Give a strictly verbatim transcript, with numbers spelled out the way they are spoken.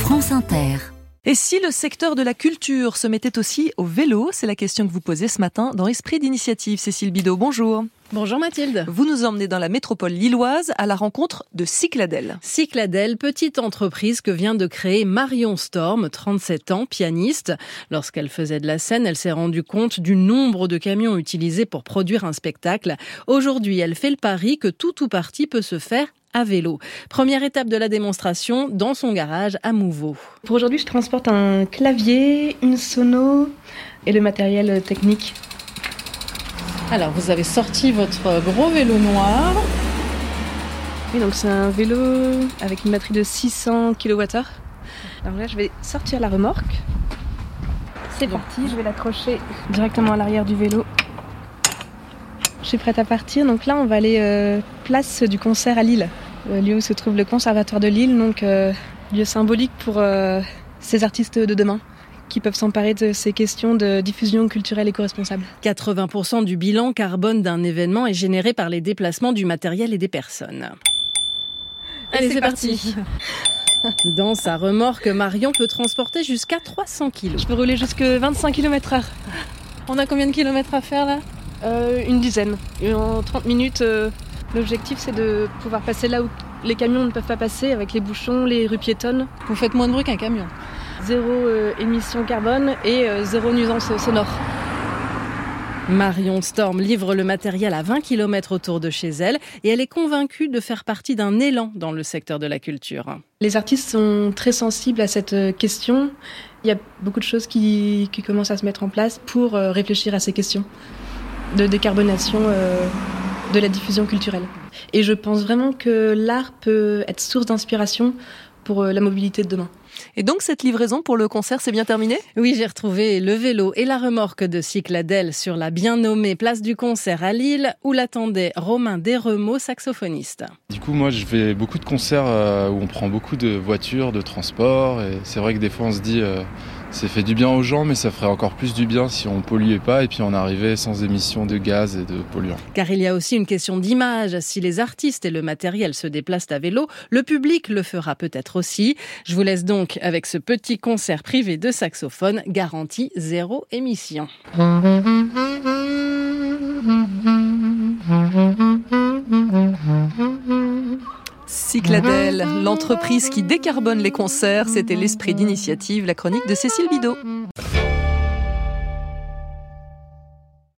France Inter. Et si le secteur de la culture se mettait aussi au vélo? C'est la question que vous posez ce matin dans Esprit d'initiative. Cécile Bidot, bonjour. Bonjour Mathilde. Vous nous emmenez dans la métropole lilloise à la rencontre de Cycladel. Cycladel, petite entreprise que vient de créer Marion Storm, trente-sept ans, pianiste. Lorsqu'elle faisait de la scène, elle s'est rendue compte du nombre de camions utilisés pour produire un spectacle. Aujourd'hui, elle fait le pari que tout ou partie peut se faire à vélo. Première étape de la démonstration dans son garage à Mouveau. Pour aujourd'hui, je transporte un clavier, une sono et le matériel technique. Alors, vous avez sorti votre gros vélo noir. Oui, donc c'est un vélo avec une batterie de six cents kilowattheures. Alors là, je vais sortir la remorque. C'est parti, je vais l'accrocher directement à l'arrière du vélo. Je suis prête à partir. Donc là, on va aller euh, place du concert à Lille, euh, lieu où se trouve le Conservatoire de Lille, donc euh, lieu symbolique pour euh, ces artistes de demain qui peuvent s'emparer de ces questions de diffusion culturelle éco-responsable. quatre-vingts pour cent du bilan carbone d'un événement est généré par les déplacements du matériel et des personnes. Allez, c'est, c'est parti. parti. Dans sa remorque, Marion peut transporter jusqu'à trois cents kilos. Je peux rouler jusqu'à vingt-cinq kilomètres heure. On a combien de kilomètres à faire là ? Euh, une dizaine. Et en trente minutes, euh, l'objectif c'est de pouvoir passer là où les camions ne peuvent pas passer, avec les bouchons, les rues piétonnes. Vous faites moins de bruit qu'un camion. Zéro euh, émission carbone et euh, zéro nuisance sonore. Marion Storm livre le matériel à vingt kilomètres autour de chez elle et elle est convaincue de faire partie d'un élan dans le secteur de la culture. Les artistes sont très sensibles à cette question. Il y a beaucoup de choses qui, qui commencent à se mettre en place pour euh, réfléchir à ces questions de décarbonation euh, de la diffusion culturelle. Et je pense vraiment que l'art peut être source d'inspiration pour euh, la mobilité de demain. Et donc cette livraison pour le concert, c'est bien terminé ? Oui, j'ai retrouvé le vélo et la remorque de Cycladel sur la bien nommée place du concert à Lille, où l'attendait Romain Desremeaux, saxophoniste. Du coup, moi, je fais beaucoup de concerts euh, où on prend beaucoup de voitures, de transport. Et c'est vrai que des fois, on se dit, euh, c'est fait du bien aux gens, mais ça ferait encore plus du bien si on polluait pas et puis on arrivait sans émissions de gaz et de polluants. Car il y a aussi une question d'image. Si les artistes et le matériel se déplacent à vélo, le public le fera peut-être aussi. Je vous laisse donc avec ce petit concert privé de saxophone, garanti zéro émission. Cycladel, l'entreprise qui décarbone les concerts, c'était l'Esprit d'initiative, la chronique de Cécile Bidot.